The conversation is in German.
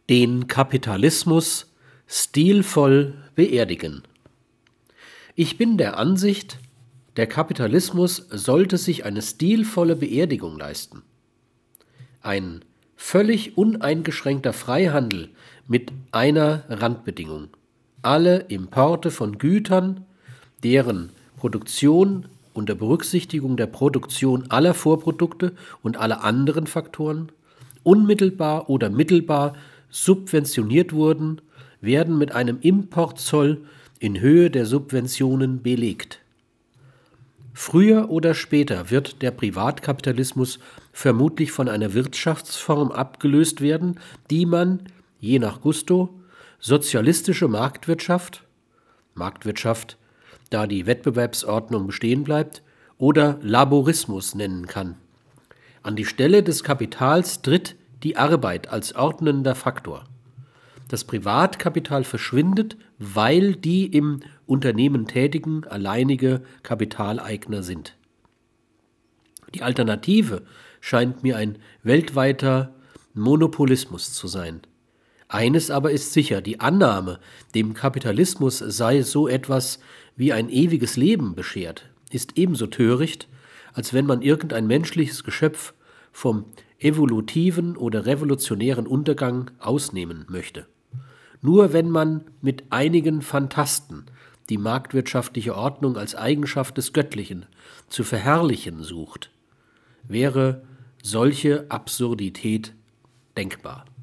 Den Kapitalismus stilvoll beerdigen. Ich bin der Ansicht, der Kapitalismus sollte sich eine stilvolle Beerdigung leisten. Ein völlig uneingeschränkter Freihandel mit einer Randbedingung: alle Importe von Gütern, deren Produktion unter Berücksichtigung der Produktion aller Vorprodukte und aller anderen Faktoren unmittelbar oder mittelbar subventioniert wurden, werden mit einem Importzoll in Höhe der Subventionen belegt. Früher oder später wird der Privatkapitalismus vermutlich von einer Wirtschaftsform abgelöst werden, die man, je nach Gusto, sozialistische Marktwirtschaft, da die Wettbewerbsordnung bestehen bleibt, oder Laborismus nennen kann. An die Stelle des Kapitals tritt die Arbeit als ordnender Faktor. Das Privatkapital verschwindet, weil die im Unternehmen Tätigen alleinige Kapitaleigner sind. Die Alternative scheint mir ein weltweiter Monopolismus zu sein. Eines aber ist sicher: Die Annahme, dem Kapitalismus sei so etwas wie ein ewiges Leben beschert, ist ebenso töricht, als wenn man irgendein menschliches Geschöpf vom evolutiven oder revolutionären Untergang ausnehmen möchte. Nur wenn man mit einigen Phantasten die marktwirtschaftliche Ordnung als Eigenschaft des Göttlichen zu verherrlichen sucht, wäre solche Absurdität denkbar.